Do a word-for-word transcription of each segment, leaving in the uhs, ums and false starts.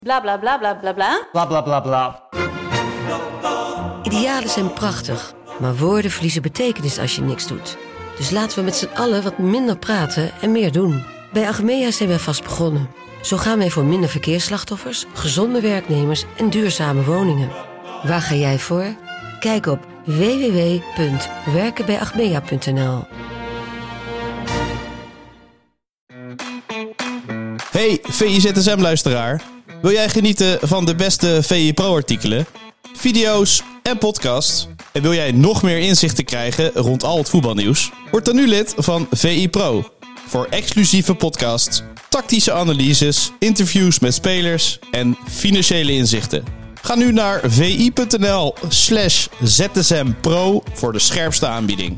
Bla bla bla bla bla bla. Bla bla bla bla. Idealen zijn prachtig, maar woorden verliezen betekenis als je niks doet. Dus laten we met z'n allen wat minder praten en meer doen. Bij Achmea zijn wij vast begonnen. Zo gaan wij voor minder verkeersslachtoffers, gezonde werknemers en duurzame woningen. Waar ga jij voor? Kijk op w w w punt werken bij achmea punt n l. Hey V I Z S M-luisteraar. Wil jij genieten van de beste V I Pro-artikelen, video's en podcasts? En wil jij nog meer inzichten krijgen rond al het voetbalnieuws? Word dan nu lid van V I Pro. Voor exclusieve podcasts, tactische analyses, interviews met spelers en financiële inzichten. Ga nu naar vi.nl slash zsmpro voor de scherpste aanbieding.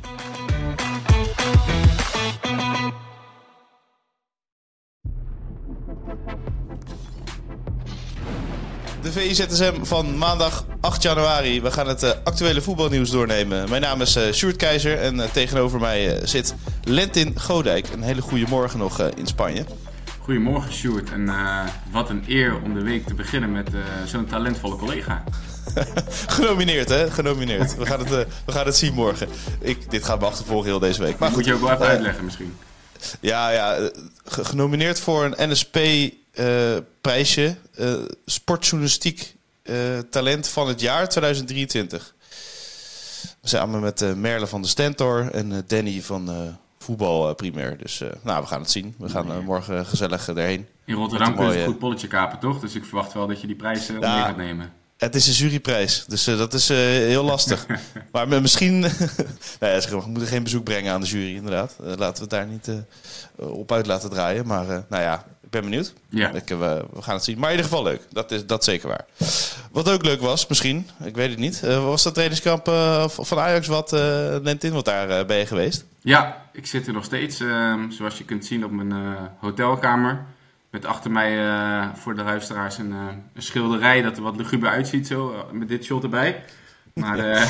De V I Z S M van maandag acht januari. We gaan het uh, actuele voetbalnieuws doornemen. Mijn naam is uh, Sjoerd Keizer en uh, tegenover mij uh, zit Lentin Godijk. Een hele goede morgen nog uh, in Spanje. Goedemorgen Sjoerd en uh, wat een eer om de week te beginnen met uh, zo'n talentvolle collega. Genomineerd hè, genomineerd. We gaan het, uh, we gaan het zien morgen. Ik, dit gaat me achtervolgen heel deze week. Maar dat goed, moet je ook wel even uh, uitleggen misschien. Ja, ja uh, genomineerd voor een N S P uh, prijsje. Uh, sportjournalistiek uh, talent van het jaar tweeduizend drieëntwintig. Samen met uh, Merle van de Stentor en uh, Danny van uh, Voetbal uh, Primair. Dus uh, nou, we gaan het zien. We gaan uh, morgen gezellig uh, erheen. In Rotterdam kun je mooie... een goed polletje kapen, toch? Dus ik verwacht wel dat je die prijs uh, ja, mee gaat nemen. Het is een juryprijs, dus uh, dat is uh, heel lastig. Maar uh, misschien... nou ja, we moeten geen bezoek brengen aan de jury, inderdaad. Uh, laten we het daar niet uh, op uit laten draaien. Maar uh, nou ja, ik ben benieuwd. Ja. Ik, uh, we gaan het zien. Maar in ieder geval leuk. Dat is dat zeker waar. Wat ook leuk was, misschien, ik weet het niet. Uh, was dat trainingskamp uh, van Ajax wat, uh, Lentin? Want daar uh, ben je geweest? Ja, ik zit er nog steeds, uh, zoals je kunt zien, op mijn uh, hotelkamer. Met achter mij, uh, voor de luisteraars, een, uh, een schilderij dat er wat luguber uitziet, zo, uh, met dit shot erbij. Maar uh,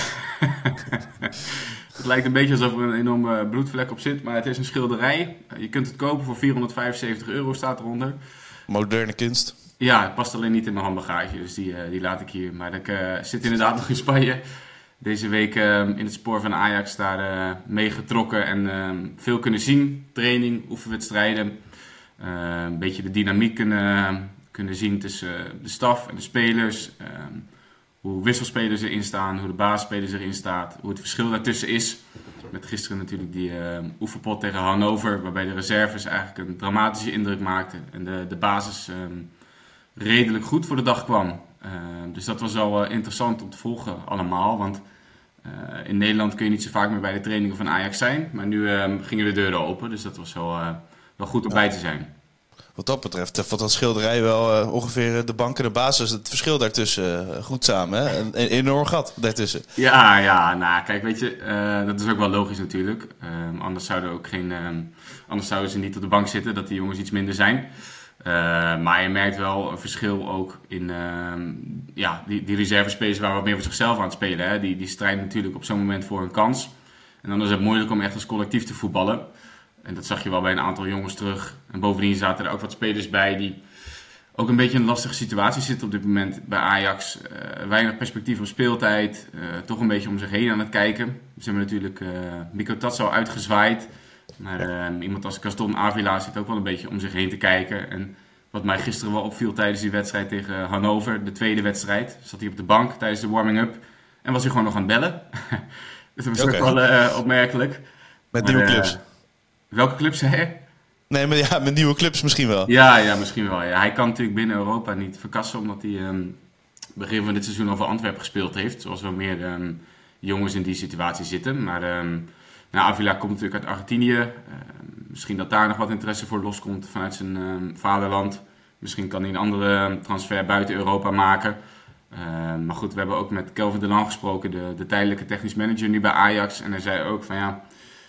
het lijkt een beetje alsof er een enorme bloedvlek op zit, maar het is een schilderij. Uh, je kunt het kopen voor vierhonderdvijfenzeventig euro, staat eronder. Moderne kunst. Ja, het past alleen niet in mijn handbagage, dus die, uh, die laat ik hier. Maar ik uh, zit inderdaad nog in Spanje. Deze week uh, in het spoor van Ajax daar uh, mee getrokken en uh, veel kunnen zien. Training, oefenwedstrijden. Uh, een beetje de dynamiek kunnen, kunnen zien tussen de staf en de spelers. Uh, hoe wisselspelers erin staan, hoe de basisspelers erin staat. Hoe het verschil daartussen is. Met gisteren natuurlijk die uh, oefenpot tegen Hannover. Waarbij de reserves eigenlijk een dramatische indruk maakten. En de, de basis um, redelijk goed voor de dag kwam. Uh, dus dat was wel uh, interessant om te volgen allemaal. Want uh, in Nederland kun je niet zo vaak meer bij de trainingen van Ajax zijn. Maar nu uh, gingen de deuren open. Dus dat was wel... Uh, wel goed om ja. bij te zijn. Wat dat betreft, valt dat schilderij wel uh, ongeveer de bank en de basis, het verschil daartussen uh, goed samen. Hè? Een, een enorm gat daartussen. Ja, ja, nou kijk, weet je, uh, dat is ook wel logisch natuurlijk. Uh, anders zouden ook geen, uh, anders zouden ze niet op de bank zitten, dat die jongens iets minder zijn. Uh, maar je merkt wel een verschil ook in uh, ja, die, die reservespelers waar wat meer voor zichzelf aan het spelen. Hè? Die, die strijden natuurlijk op zo'n moment voor een kans. En dan is het moeilijk om echt als collectief te voetballen. En dat zag je wel bij een aantal jongens terug. En bovendien zaten er ook wat spelers bij die ook een beetje in een lastige situatie zitten op dit moment bij Ajax. Uh, weinig perspectief op speeltijd. Uh, toch een beetje om zich heen aan het kijken. Ze hebben natuurlijk uh, Miko Tatso uitgezwaaid. Maar uh, iemand als Gaston Avila zit ook wel een beetje om zich heen te kijken. En wat mij gisteren wel opviel tijdens die wedstrijd tegen Hannover, de tweede wedstrijd, zat hij op de bank tijdens de warming-up. En was hij gewoon nog aan het bellen. Dus dat was okay. ook wel uh, opmerkelijk. Met nieuwe clubs. Uh, Welke clubs zei je? Nee, maar ja, met nieuwe clubs misschien wel. Ja, ja misschien wel. Ja. Hij kan natuurlijk binnen Europa niet verkassen, omdat hij um, begin van dit seizoen al voor Antwerpen gespeeld heeft. Zoals wel meer um, jongens in die situatie zitten. Maar um, nou, Avila komt natuurlijk uit Argentinië. Uh, misschien dat daar nog wat interesse voor loskomt vanuit zijn um, vaderland. Misschien kan hij een andere transfer buiten Europa maken. Uh, maar goed, we hebben ook met Kelvin de Lang gesproken, de, de tijdelijke technisch manager nu bij Ajax. En hij zei ook van ja...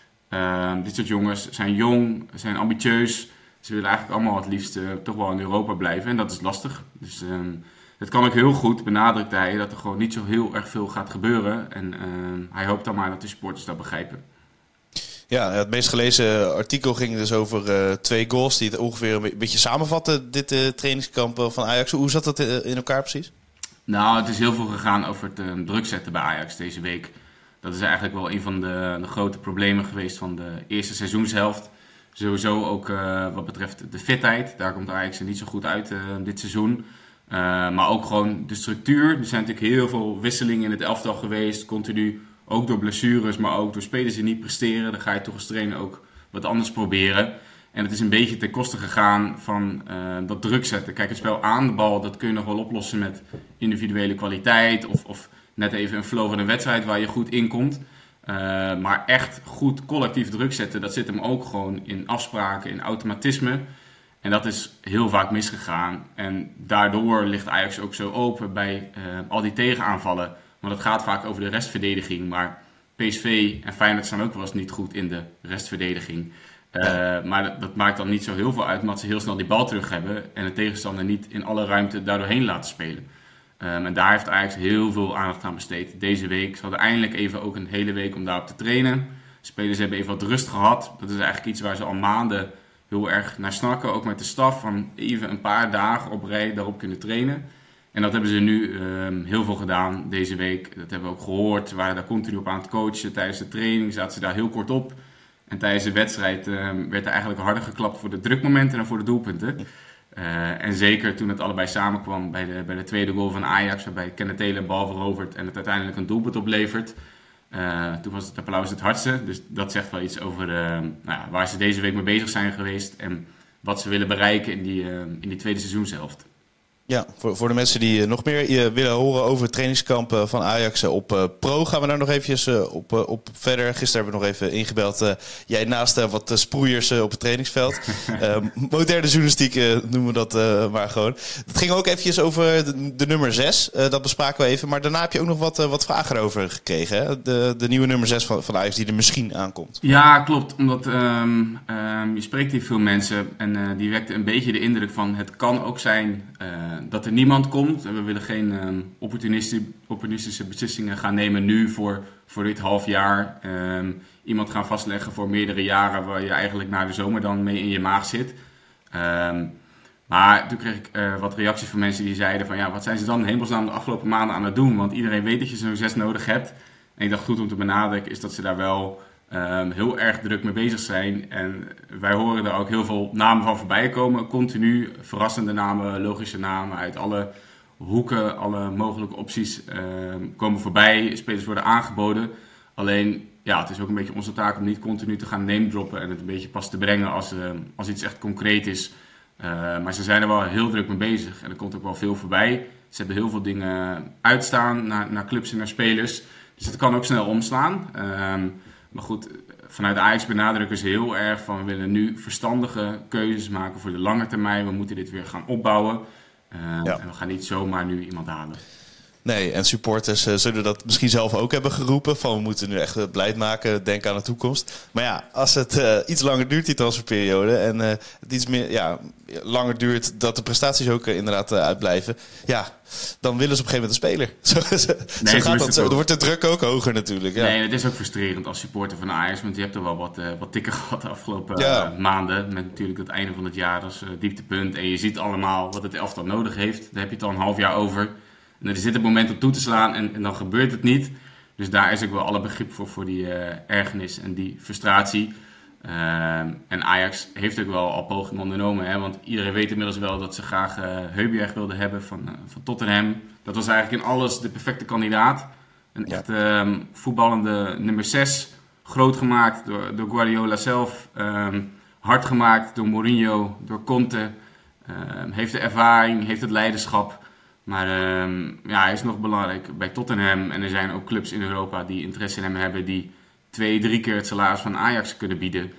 Uh, dit soort jongens zijn jong, zijn ambitieus. Ze willen eigenlijk allemaal het liefst uh, toch wel in Europa blijven. En dat is lastig. Dus uh, het kan ook heel goed, benadrukt hij, dat er gewoon niet zo heel erg veel gaat gebeuren. En uh, hij hoopt dan maar dat de supporters dat begrijpen. Ja, het meest gelezen artikel ging dus over uh, twee goals die het ongeveer een beetje samenvatten, dit uh, trainingskamp van Ajax. Hoe zat dat in elkaar precies? Nou, het is heel veel gegaan over het uh, druk zetten bij Ajax deze week. Dat is eigenlijk wel een van de, de grote problemen geweest van de eerste seizoenshelft. Sowieso ook uh, wat betreft de fitheid. Daar komt Ajax er niet zo goed uit uh, dit seizoen. Uh, maar ook gewoon de structuur. Er zijn natuurlijk heel veel wisselingen in het elftal geweest. Continu, ook door blessures, maar ook door spelers die niet presteren. Dan ga je toch als trainer ook wat anders proberen. En het is een beetje ten koste gegaan van uh, dat druk zetten. Kijk, het spel aan de bal, dat kun je nog wel oplossen met individuele kwaliteit. Of, of net even een flow van een wedstrijd waar je goed in komt. Uh, maar echt goed collectief druk zetten, dat zit hem ook gewoon in afspraken, in automatisme. En dat is heel vaak misgegaan. En daardoor ligt Ajax ook zo open bij uh, al die tegenaanvallen. Want het gaat vaak over de restverdediging. Maar P S V en Feyenoord staan ook wel eens niet goed in de restverdediging. Uh, ja. Maar dat, dat maakt dan niet zo heel veel uit, omdat ze heel snel die bal terug hebben. En de tegenstander niet in alle ruimte daardoorheen laten spelen. Um, en daar heeft Ajax heel veel aandacht aan besteed deze week. Ze hadden eindelijk even ook een hele week om daarop te trainen. Spelers hebben even wat rust gehad. Dat is eigenlijk iets waar ze al maanden heel erg naar snakken. Ook met de staf, van even een paar dagen op rij daarop kunnen trainen. En dat hebben ze nu um, heel veel gedaan deze week. Dat hebben we ook gehoord. Ze waren daar continu op aan het coachen. Tijdens de training zaten ze daar heel kort op. En tijdens de wedstrijd um, werd er eigenlijk harder geklapt voor de drukmomenten dan voor de doelpunten. Uh, en zeker toen het allebei samenkwam bij de, bij de tweede goal van Ajax, waarbij Kenneth Taylor een bal verovert en het uiteindelijk een doelpunt oplevert. Uh, toen was het applaus het hardste. Dus dat zegt wel iets over uh, nou ja, waar ze deze week mee bezig zijn geweest en wat ze willen bereiken in die, uh, in die tweede seizoenshelft. Ja, voor, voor de mensen die uh, nog meer uh, willen horen over het trainingskamp uh, van Ajax uh, op uh, Pro, gaan we daar nog eventjes uh, op, uh, op verder. Gisteren hebben we nog even ingebeld. Uh, jij naast uh, wat uh, sproeiers uh, op het trainingsveld. uh, moderne journalistiek uh, noemen we dat uh, maar gewoon. Het ging ook eventjes over de, de nummer zes. Uh, dat bespraken we even. Maar daarna heb je ook nog wat, uh, wat vragen over gekregen. Hè? De, de nieuwe nummer zes van, van Ajax die er misschien aankomt. Ja, klopt. Omdat um, um, je spreekt hier veel mensen. En uh, die wekte een beetje de indruk van het kan ook zijn Uh, dat er niemand komt. En we willen geen um, opportunistische, opportunistische beslissingen gaan nemen nu voor, voor dit half jaar. Um, iemand gaan vastleggen voor meerdere jaren waar je eigenlijk na de zomer dan mee in je maag zit. Um, maar toen kreeg ik uh, wat reacties van mensen die zeiden van ja, wat zijn ze dan in hemelsnaam de afgelopen maanden aan het doen? Want iedereen weet dat je zo'n zes nodig hebt. En ik dacht goed om te benadrukken is dat ze daar wel Um, heel erg druk mee bezig zijn. En wij horen er ook heel veel namen van voorbij komen. Continu verrassende namen, logische namen uit alle hoeken, alle mogelijke opties um, komen voorbij. Spelers worden aangeboden. Alleen, ja, het is ook een beetje onze taak om niet continu te gaan name droppen en het een beetje pas te brengen als, uh, als iets echt concreet is. Uh, maar ze zijn er wel heel druk mee bezig en er komt ook wel veel voorbij. Ze hebben heel veel dingen uitstaan naar, naar clubs en naar spelers. Dus het kan ook snel omslaan. Um, Maar goed, vanuit Ajax benadrukken ze heel erg van we willen nu verstandige keuzes maken voor de lange termijn. We moeten dit weer gaan opbouwen. Uh, ja. En we gaan niet zomaar nu iemand halen. Nee, en supporters uh, zullen dat misschien zelf ook hebben geroepen. Van we moeten nu echt beleid maken, denk aan de toekomst. Maar ja, als het uh, iets langer duurt, die transferperiode. En uh, het iets meer, ja, langer duurt dat de prestaties ook uh, inderdaad uh, uitblijven. Ja, dan willen ze op een gegeven moment een speler. zo zo, nee, zo gaat dat zo. Dan wordt de druk ook hoger natuurlijk. Ja. Nee, het is ook frustrerend als supporter van Ajax. Want je hebt er wel wat, uh, wat tikken gehad de afgelopen ja. uh, maanden. Met natuurlijk het einde van het jaar als uh, dieptepunt. En je ziet allemaal wat het elftal nodig heeft. Daar heb je het al een half jaar over. En er zit het moment om toe te slaan en, en dan gebeurt het niet. Dus daar is ook wel alle begrip voor, voor die uh, ergernis en die frustratie. Uh, en Ajax heeft ook wel al pogingen ondernomen. Hè? Want iedereen weet inmiddels wel dat ze graag uh, Højbjerg wilden hebben van, uh, van Tottenham. Dat was eigenlijk in alles de perfecte kandidaat. Een ja. echt uh, voetballende nummer zes. Groot gemaakt door, door Guardiola zelf. Um, hard gemaakt door Mourinho, door Conte. Um, heeft de ervaring, heeft het leiderschap. Maar um, ja, hij is nog belangrijk bij Tottenham. En er zijn ook clubs in Europa die interesse in hem hebben. Die twee, drie keer het salaris van Ajax kunnen bieden. Um,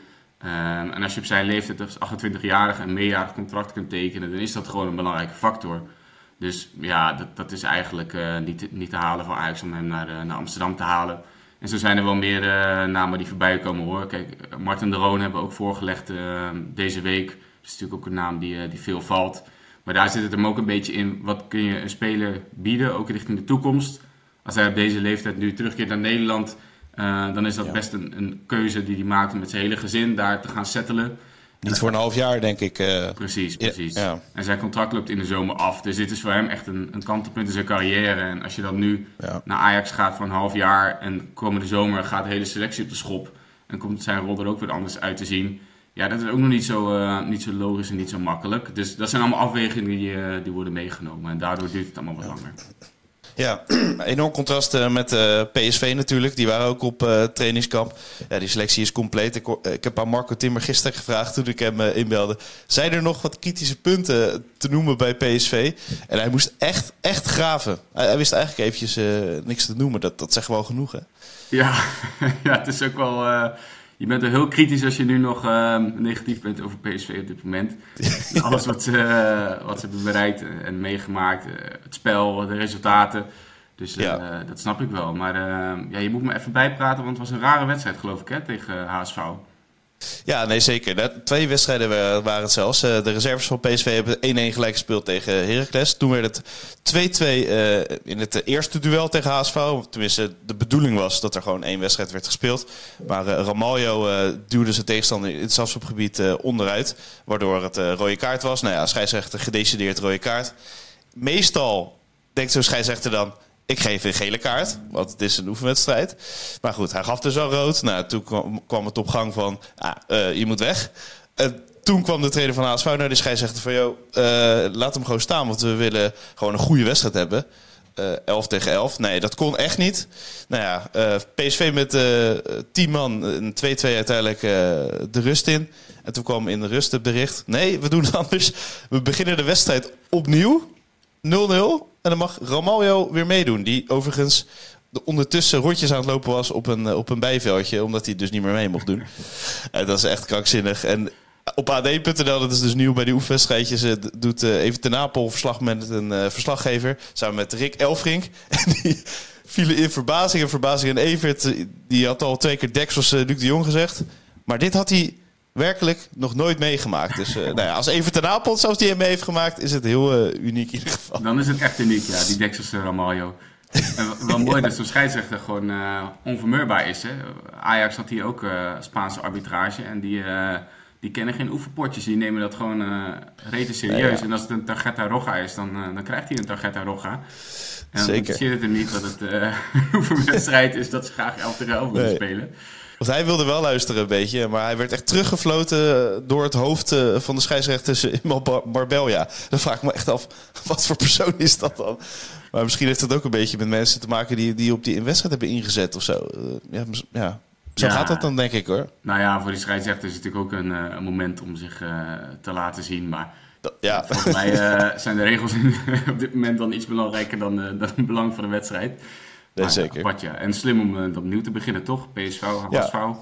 en als je op zijn leeftijd als achtentwintigjarige een meerjarig contract kunt tekenen. Dan is dat gewoon een belangrijke factor. Dus ja, dat, dat is eigenlijk uh, niet, niet te halen voor Ajax om hem naar, uh, naar Amsterdam te halen. En zo zijn er wel meer uh, namen die voorbij komen hoor. Kijk, Martin de Roon hebben we ook voorgelegd uh, deze week. Dat is natuurlijk ook een naam die, uh, die veel valt. Maar daar zit het hem ook een beetje in, wat kun je een speler bieden, ook richting de toekomst. Als hij op deze leeftijd nu terugkeert naar Nederland, Uh, dan is dat ja. best een, een keuze die hij maakt om met zijn hele gezin daar te gaan settelen. Niet voor een half jaar, denk ik. Uh, precies, precies. Ja, ja. En zijn contract loopt in de zomer af. Dus dit is voor hem echt een, een kantelpunt in zijn carrière. En als je dan nu ja. naar Ajax gaat voor een half jaar en komende zomer gaat de hele selectie op de schop en komt zijn rol er ook weer anders uit te zien. Ja, dat is ook nog niet zo, uh, niet zo logisch en niet zo makkelijk. Dus dat zijn allemaal afwegingen die, uh, die worden meegenomen. En daardoor duurt het allemaal wat langer. Ja, enorm contrast uh, met uh, P S V natuurlijk. Die waren ook op uh, trainingskamp. Ja, die selectie is compleet. Ik, ik heb aan Marco Timmer gisteren gevraagd toen ik hem uh, inbelde. Zijn er nog wat kritische punten te noemen bij P S V? En hij moest echt, echt graven. Hij, hij wist eigenlijk eventjes uh, niks te noemen. Dat, dat zegt wel genoeg, hè? Ja, ja, het is ook wel... Uh... Je bent wel heel kritisch als je nu nog uh, negatief bent over P S V op dit moment. Alles wat ze, uh, wat ze hebben bereikt en meegemaakt. Uh, het spel, de resultaten. Dus uh, ja. dat snap ik wel. Maar uh, ja, je moet me even bijpraten, want het was een rare wedstrijd geloof ik hè, tegen H S V. Ja, nee zeker. Twee wedstrijden waren het zelfs. De reserves van P S V hebben één-één gelijk gespeeld tegen Heracles. Toen werd het twee-twee uh, in het eerste duel tegen H S V. Tenminste, de bedoeling was dat er gewoon één wedstrijd werd gespeeld. Maar uh, Ramaljo uh, duwde zijn tegenstander in het strafschopgebied uh, onderuit. Waardoor het uh, rode kaart was. Nou ja, scheidsrechter gedecideerd rode kaart. Meestal denkt zo'n scheidsrechter dan... Ik geef een gele kaart, want het is een oefenwedstrijd. Maar goed, hij gaf dus al rood. Nou, toen kwam, kwam het op gang van, ah, uh, je moet weg. Uh, toen kwam de trainer van H S V naar de scheidsrechter van... joh, uh, laat hem gewoon staan, want we willen gewoon een goede wedstrijd hebben. Uh, elf tegen elf. Nee, dat kon echt niet. Nou ja, uh, P S V met uh, tien man, een twee-twee uiteindelijk uh, de rust in. En toen kwam in de rust het bericht... nee, we doen het anders. We beginnen de wedstrijd opnieuw. nul nul. En dan mag Ramaljo weer meedoen. Die overigens ondertussen rondjes aan het lopen was op een, op een bijveldje. Omdat hij dus niet meer mee mocht doen. uh, dat is echt krankzinnig. En op A D punt n l, dat is dus nieuw bij die oefenwedstrijdjes... Uh, doet uh, even ten Napel verslag met een uh, verslaggever. Samen met Rick Elfrink. En die vielen in verbazing en verbazing. En Evert, die had al twee keer deksels uh, Luc de Jong gezegd. Maar dit had hij... werkelijk nog nooit meegemaakt. Dus uh, nou ja, als Evert ten Apel zelfs die hem mee heeft gemaakt... is het heel uh, uniek in ieder geval. Dan is het echt uniek, ja, die Dekselse Ramaljo. En wel mooi dat zo'n scheidsrechter gewoon uh, onvermurbaar is. Hè? Ajax had hier ook uh, Spaanse arbitrage. En die, uh, die kennen geen oefenpotjes. Die nemen dat gewoon uh, rete serieus. Nee, ja. En als het een tarjeta roja is, dan, uh, dan krijgt hij een tarjeta roja. En dan interesseert het hem niet dat het uh, een oefenwedstrijd is... dat ze graag elf tegen elf willen nee. spelen. Want hij wilde wel luisteren een beetje, maar hij werd echt teruggefloten door het hoofd van de scheidsrechters in Marbella. Dan vraag ik me echt af, wat voor persoon is dat dan? Maar misschien heeft het ook een beetje met mensen te maken die, die op die wedstrijd hebben ingezet of zo. Ja, ja. Zo ja, gaat dat dan, denk ik, hoor. Nou ja, voor die scheidsrechter is het natuurlijk ook een, een moment om zich uh, te laten zien, maar... Ja. Volgens mij uh, zijn de regels op dit moment dan iets belangrijker dan, uh, dan het belang van de wedstrijd. Nee, zeker. Apart, ja. En slim om uh, opnieuw te beginnen, toch? P S V, H S V. Ja.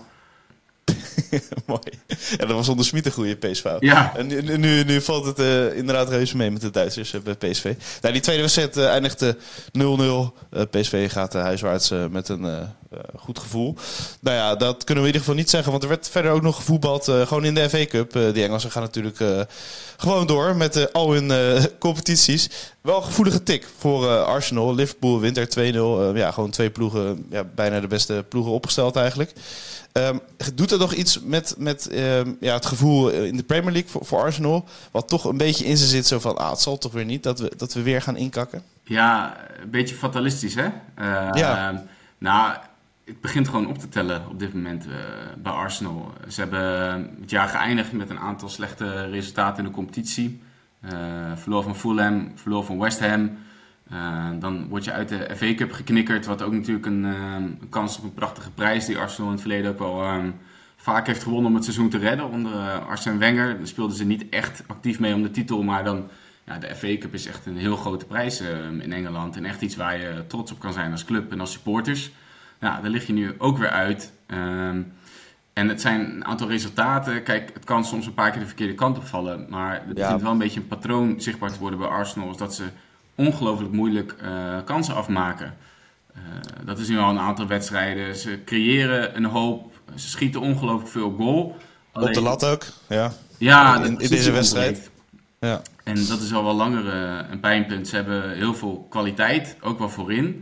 Mooi. Ja, dat was onder Smit een goede P S V. Ja. En nu, nu, nu valt het uh, inderdaad reuze mee met de Duitsers uh, bij P S V. Nou, die tweede wedstrijd uh, eindigde nul nul. Uh, P S V gaat uh, huiswaarts uh, met een uh, uh, goed gevoel. Nou ja, dat kunnen we in ieder geval niet zeggen. Want er werd verder ook nog gevoetbald. Uh, gewoon in de F A Cup. Uh, die Engelsen gaan natuurlijk uh, gewoon door met uh, al hun uh, competities. Wel een gevoelige tik voor uh, Arsenal. Liverpool wint er twee nul. Uh, ja, gewoon twee ploegen. Ja, bijna de beste ploegen opgesteld eigenlijk. Um, doet er nog iets met, met um, ja, het gevoel in de Premier League voor, voor Arsenal? Wat toch een beetje in ze zit, zo van, ah, het zal toch weer niet dat we, dat we weer gaan inkakken? Ja, een beetje fatalistisch, hè? Uh, ja. Uh, nou, het begint gewoon op te tellen op dit moment uh, bij Arsenal. Ze hebben het jaar geëindigd met een aantal slechte resultaten in de competitie. Uh, verloor van Fulham, verloor van West Ham. Uh, dan word je uit de F A Cup geknikkerd, wat ook natuurlijk een, uh, een kans op een prachtige prijs die Arsenal in het verleden ook wel um, vaak heeft gewonnen om het seizoen te redden. Onder uh, Arsène Wenger dan speelden ze niet echt actief mee om de titel, maar dan, ja, de F A Cup is echt een heel grote prijs uh, in Engeland en echt iets waar je trots op kan zijn als club en als supporters. Ja, daar lig je nu ook weer uit. Um, en het zijn een aantal resultaten. Kijk, het kan soms een paar keer de verkeerde kant opvallen, maar er begint ja. wel een beetje een patroon zichtbaar te worden bij Arsenal, is dat ze ongelooflijk moeilijk uh, kansen afmaken. Uh, dat is nu al een aantal wedstrijden. Ze creëren een hoop. Ze schieten ongelooflijk veel op goal. Alleen, op de lat ook, ja. Ja, in, in deze wedstrijd. Ja. En dat is al wel langer uh, een pijnpunt. Ze hebben heel veel kwaliteit, ook wel voorin.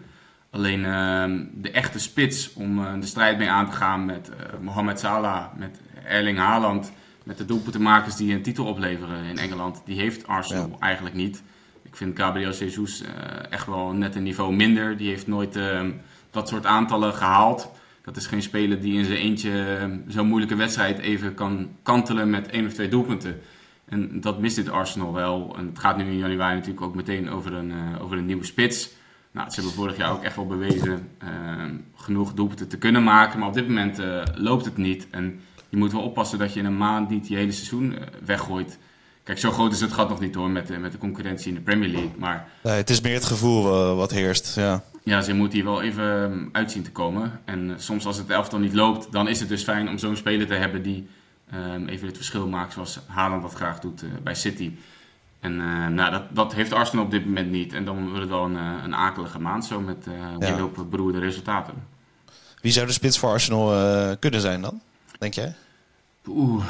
Alleen uh, de echte spits om uh, de strijd mee aan te gaan met uh, Mohamed Salah, met Erling Haaland, met de doelpuntenmakers die een titel opleveren in Engeland, die heeft Arsenal ja. eigenlijk niet. Ik vind Gabriel Jesus uh, echt wel net een niveau minder. Die heeft nooit uh, dat soort aantallen gehaald. Dat is geen speler die in zijn eentje uh, zo'n moeilijke wedstrijd even kan kantelen met één of twee doelpunten. En dat mist dit Arsenal wel. En het gaat nu in januari natuurlijk ook meteen over een, uh, over een nieuwe spits. Nou, ze hebben vorig jaar ook echt wel bewezen uh, genoeg doelpunten te kunnen maken. Maar op dit moment uh, loopt het niet. En je moet wel oppassen dat je in een maand niet je hele seizoen uh, weggooit. Kijk, zo groot is het gat nog niet hoor met de, met de concurrentie in de Premier League. Maar nee, het is meer het gevoel uh, wat heerst. Ja. ja, ze moeten hier wel even um, uitzien te komen. En uh, soms als het elftal niet loopt, dan is het dus fijn om zo'n speler te hebben die um, even het verschil maakt. Zoals Haaland dat graag doet uh, bij City. En uh, nou, dat, dat heeft Arsenal op dit moment niet. En dan wordt het wel een, een akelige maand zo met uh, ja. hele hoop beroerde resultaten. Wie zou de spits voor Arsenal uh, kunnen zijn dan, denk jij? Oeh,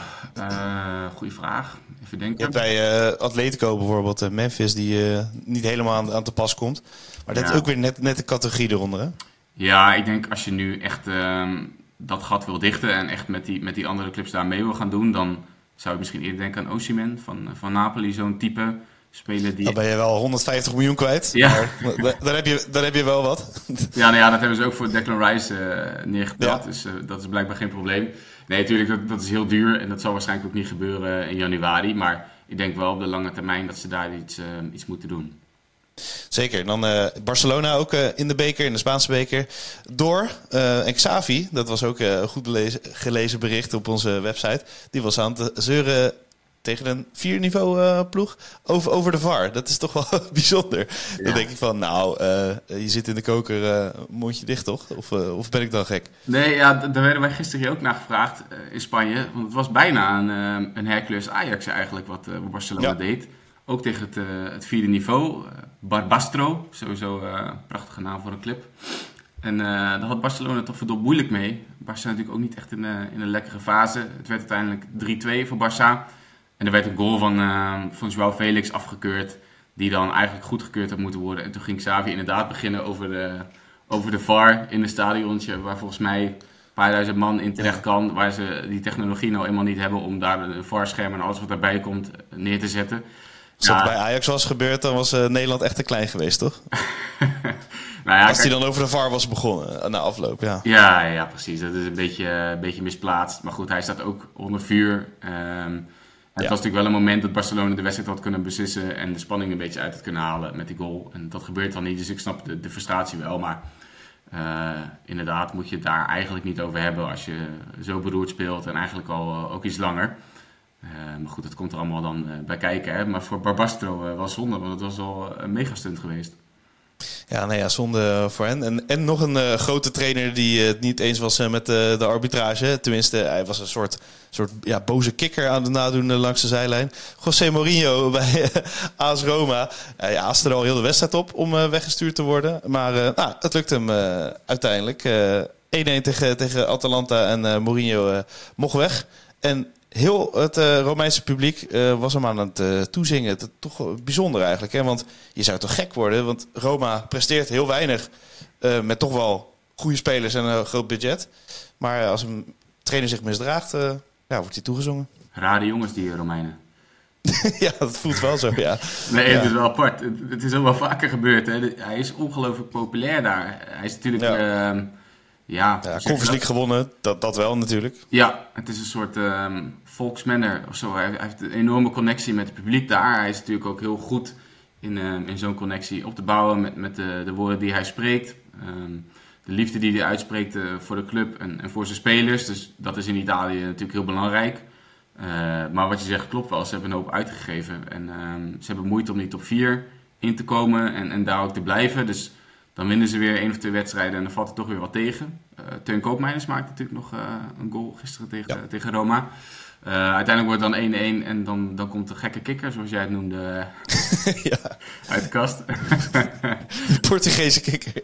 uh, goede vraag. Even denken. Je hebt bij uh, Atletico bijvoorbeeld uh, Memphis die uh, niet helemaal aan, aan te pas komt. Maar dat ja. is ook weer net, net de categorie eronder, hè? Ja, ik denk als je nu echt uh, dat gat wil dichten en echt met die, met die andere clubs daar mee wil gaan doen, dan zou ik misschien eerder denken aan Osimhen van, van Napoli, zo'n type speler die... Dan ben je wel honderdvijftig miljoen kwijt. Ja. Maar dan, heb je, dan heb je wel wat. Ja, nou ja, dat hebben ze ook voor Declan Rice uh, neergeteld. Ja. Dus uh, dat is blijkbaar geen probleem. Nee, natuurlijk, dat, dat is heel duur en dat zal waarschijnlijk ook niet gebeuren in januari. Maar ik denk wel op de lange termijn dat ze daar iets, uh, iets moeten doen. Zeker. Dan uh, Barcelona ook uh, in de beker, in de Spaanse beker. Door. Uh, en Xavi, dat was ook uh, een goed belezen, gelezen bericht op onze website. Die was aan het zeuren tegen een vier niveau uh, ploeg over, over de V A R. Dat is toch wel bijzonder. Ja. Dan denk ik van, nou, uh, je zit in de koker, uh, mondje dicht toch? Of, uh, of ben ik dan gek? Nee, ja, daar werden wij gisteren hier ook naar gevraagd uh, in Spanje. Want het was bijna een, uh, een Hercules Ajax eigenlijk wat uh, Barcelona ja. deed. Ook tegen het, uh, het vierde niveau. Uh, Barbastro, sowieso uh, een prachtige naam voor een club. En uh, daar had Barcelona toch verdomd moeilijk mee. Barça natuurlijk ook niet echt in, uh, in een lekkere fase. Het werd uiteindelijk drie twee voor Barça. En er werd een goal van, uh, van João Felix afgekeurd, die dan eigenlijk goedgekeurd had moeten worden. En toen ging Xavi inderdaad beginnen over de, over de V A R in een stadiontje, waar volgens mij een paar duizend man in terecht kan, waar ze die technologie nou eenmaal niet hebben om daar een V A R-scherm en alles wat daarbij komt neer te zetten. Als dat ja. bij Ajax was gebeurd, dan was uh, Nederland echt te klein geweest, toch? Nou ja, als hij dan over de V A R was begonnen, na afloop, ja. Ja, ja, precies. Dat is een beetje, een beetje misplaatst. Maar goed, hij staat ook onder vuur. Um, Het ja. was natuurlijk wel een moment dat Barcelona de wedstrijd had kunnen beslissen en de spanning een beetje uit had kunnen halen met die goal. En dat gebeurt dan niet, dus ik snap de, de frustratie wel. Maar uh, inderdaad moet je het daar eigenlijk niet over hebben als je zo beroerd speelt en eigenlijk al uh, ook iets langer. Uh, maar goed, dat komt er allemaal dan uh, bij kijken. Hè? Maar voor Barbastro uh, was zonde, want het was al een megastunt geweest. Ja, nou ja, zonde voor hen. En, en nog een uh, grote trainer die uh, het niet eens was uh, met uh, de arbitrage. Tenminste, hij was een soort, soort ja, boze kikker aan het nadoen uh, langs de zijlijn. José Mourinho bij uh, A S Roma. Hij uh, aaste er al heel de wedstrijd op om uh, weggestuurd te worden. Maar uh, nou, het lukt hem uh, uiteindelijk. Uh, één-één tegen, tegen Atalanta en uh, Mourinho uh, mocht weg. En heel het uh, Romeinse publiek uh, was hem aan het uh, toezingen. Het, toch bijzonder eigenlijk. Hè? Want je zou toch gek worden. Want Roma presteert heel weinig. Uh, met toch wel goede spelers en een groot budget. Maar uh, als een trainer zich misdraagt, uh, ja, wordt hij toegezongen. Rare jongens die Romeinen. Ja, dat voelt wel zo, ja. Nee, ja. het is wel apart. Het, het is ook wel vaker gebeurd. Hè. Hij is ongelooflijk populair daar. Hij is natuurlijk... Ja. Uh, Ja, ja, Conference League gewonnen, dat, dat wel natuurlijk. Ja, het is een soort um, volksmanner of zo. Hij, hij heeft een enorme connectie met het publiek daar. Hij is natuurlijk ook heel goed in, uh, in zo'n connectie op te bouwen met, met de, de woorden die hij spreekt. Um, de liefde die hij uitspreekt uh, voor de club en, en voor zijn spelers. Dus dat is in Italië natuurlijk heel belangrijk. Uh, maar wat je zegt klopt wel. Ze hebben een hoop uitgegeven. En um, ze hebben moeite om die top vier in te komen en, en daar ook te blijven. Dus dan winnen ze weer één of twee wedstrijden en dan valt er toch weer wat tegen. Uh, Teun Koopmeiners maakte natuurlijk nog uh, een goal gisteren tegen, ja. tegen Roma. Uh, uiteindelijk wordt het dan één-één en dan, dan komt de gekke kikker, zoals jij het noemde, ja. uit de kast. De Portugese kikker.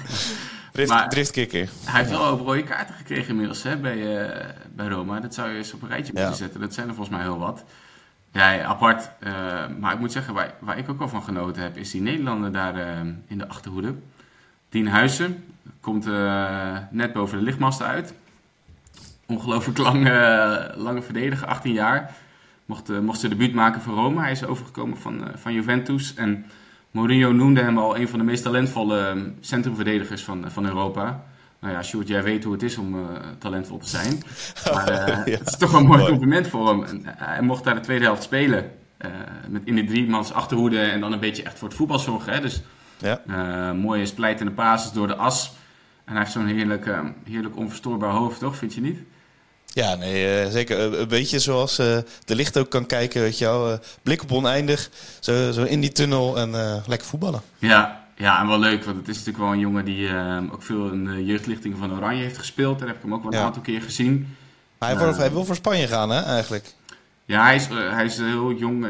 Drift, driftkikker. Hij heeft wel ook rode kaarten gekregen inmiddels hè, bij, uh, bij Roma. Dat zou je eens op een rijtje moeten ja. zetten. Dat zijn er volgens mij heel wat. Ja, apart. Uh, maar ik moet zeggen, waar, waar ik ook wel van genoten heb, is die Nederlander daar uh, in de achterhoede. Dien Huijsen komt uh, net boven de lichtmasten uit. Ongelooflijk lange, lange verdediger, achttien jaar. Mocht, uh, mocht zijn debuut maken voor Roma. Hij is overgekomen van, uh, van Juventus. En Mourinho noemde hem al een van de meest talentvolle centrumverdedigers van, van Europa. Nou ja, Sjoerd, jij weet hoe het is om uh, talentvol te zijn. Maar uh, ja. Het is toch wel een mooi compliment voor hem. En, uh, hij mocht daar de tweede helft spelen. Uh, met in de driemans achterhoede en dan een beetje echt voor het voetbal zorgen. Hè? Dus ja. uh, mooie splijtende passes door de as. En hij heeft zo'n heerlijk, uh, heerlijk onverstoorbaar hoofd, toch? Vind je niet? Ja, nee, uh, zeker. Uh, een beetje zoals uh, de licht ook kan kijken, weet je wel. Uh, blik op oneindig, zo, zo in die tunnel en uh, lekker voetballen. Ja, ja, en wel leuk, want het is natuurlijk wel een jongen die uh, ook veel in de jeugdlichting van Oranje heeft gespeeld. Daar heb ik hem ook wel een ja. aantal keer gezien. Maar hij, uh, hij wil voor Spanje gaan, hè, eigenlijk? Ja, hij is, uh, hij is heel jong uh,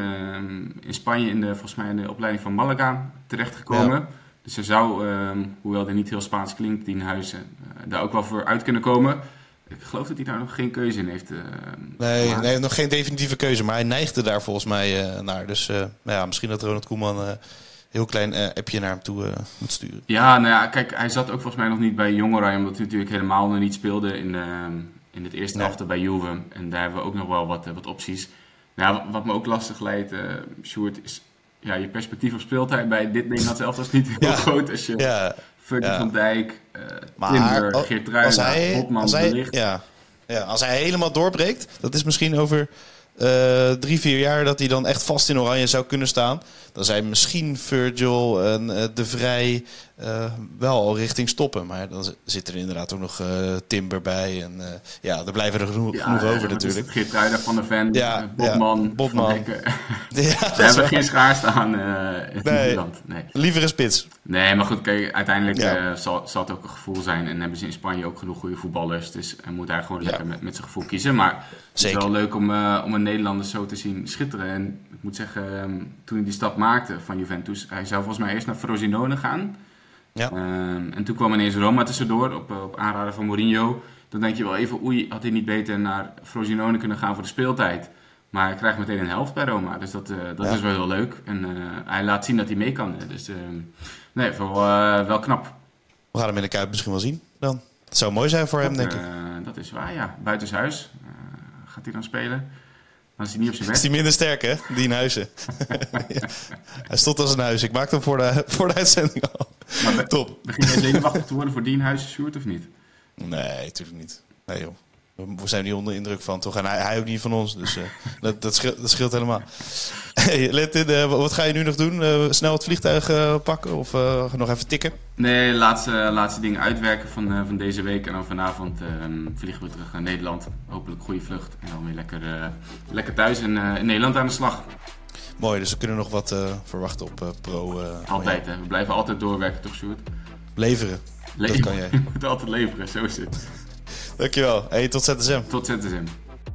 in Spanje, in de, volgens mij in de opleiding van Malaga, terechtgekomen. Ja. Dus hij zou, uh, hoewel hij niet heel Spaans klinkt, Dien Huijsen, uh, daar ook wel voor uit kunnen komen. Ik geloof dat hij daar nog geen keuze in heeft. Uh, nee, nee, nog geen definitieve keuze, maar hij neigde daar volgens mij uh, naar. Dus uh, nou ja, misschien dat Ronald Koeman een uh, heel klein uh, appje naar hem toe uh, moet sturen. Ja, nou ja, kijk, hij zat ook volgens mij nog niet bij Jong Oranje, omdat hij natuurlijk helemaal nog niet speelde in, uh, in het eerste nee. helft bij Juve. En daar hebben we ook nog wel wat, uh, wat opties. Nou, wat me ook lastig leidt, uh, Sjoerd, is ja, je perspectief op speeltijd bij dit Nederlands elftal is niet heel ja. groot als je... Ja. Virgil ja. van Dijk, uh, Timber, Geertruida, Botman, De Ligt. Ja, ja, als hij helemaal doorbreekt, dat is misschien over uh, drie, vier jaar dat hij dan echt vast in Oranje zou kunnen staan. Dan zijn misschien Virgil en uh, De Vrij uh, wel al richting stoppen. Maar dan zit er inderdaad ook nog uh, Timber bij. En uh, ja, er blijven er genoeg, ja, genoeg ja, over natuurlijk. Geertruida, Van der Ven, ja, Botman, ja, Botman. Ja, ze hebben geen schaar staan uh, in nee, Nederland. Nee, liever een spits. Nee, maar goed, kijk, uiteindelijk ja. uh, zal, zal het ook een gevoel zijn. En hebben ze in Spanje ook genoeg goede voetballers. Dus hij moet daar gewoon ja. lekker met, met zijn gevoel kiezen. Maar Zeker. Het is wel leuk om, uh, om een Nederlander zo te zien schitteren. En ik moet zeggen, um, toen hij die stap maakte van Juventus, hij zou volgens mij eerst naar Frosinone gaan. Ja. Um, en toen kwam ineens Roma tussendoor op, op aanraden van Mourinho. Dan denk je wel even, oei, had hij niet beter naar Frosinone kunnen gaan voor de speeltijd. Maar hij krijgt meteen een helft bij Roma. Dus dat, uh, dat ja. is wel heel leuk. En uh, hij laat zien dat hij mee kan. Dus uh, nee, wel, uh, wel knap. We gaan hem in de Kuip misschien wel zien dan. Het zou mooi zijn voor dat, hem, denk uh, ik. Dat is waar, ja. Buitenshuis uh, gaat hij dan spelen. Dan is hij niet op zijn weg. Is hij minder sterk, hè? Die in Huizen. Ja. Hij stond als een huis. Ik maakte hem voor de, voor de uitzending al. Maar be- Top. Begin je zenuwachtig te worden voor Dien Huizen, Sjoerd, of niet? Nee, natuurlijk niet. Nee, joh. We zijn niet onder indruk van, toch? En hij, hij ook niet van ons, dus uh, dat, dat, scheelt, dat scheelt helemaal. Hey, let in, uh, wat ga je nu nog doen? Uh, snel het vliegtuig uh, pakken of uh, nog even tikken? Nee, laatste, laatste dingen uitwerken van, uh, van deze week. En dan vanavond uh, vliegen we terug naar Nederland. Hopelijk goede vlucht. En dan weer lekker, uh, lekker thuis in, uh, in Nederland aan de slag. Mooi, dus we kunnen nog wat uh, verwachten op uh, pro. Uh, altijd, hè. We blijven altijd doorwerken, toch, Sjoerd? Leveren, Le- dat kan jij. Je moet altijd leveren, zo is het. Dankjewel. Hey, tot Z S M. Tot Z S M.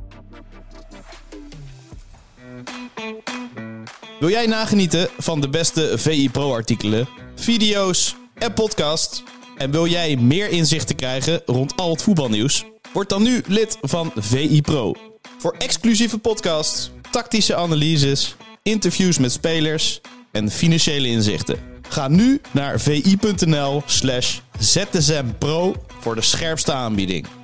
Wil jij nagenieten van de beste V I Pro-artikelen, video's en podcasts? En wil jij meer inzichten krijgen rond al het voetbalnieuws? Word dan nu lid van V I Pro. Voor exclusieve podcasts, tactische analyses, interviews met spelers en financiële inzichten. Ga nu naar vi.nl slash zsmpro voor de scherpste aanbieding.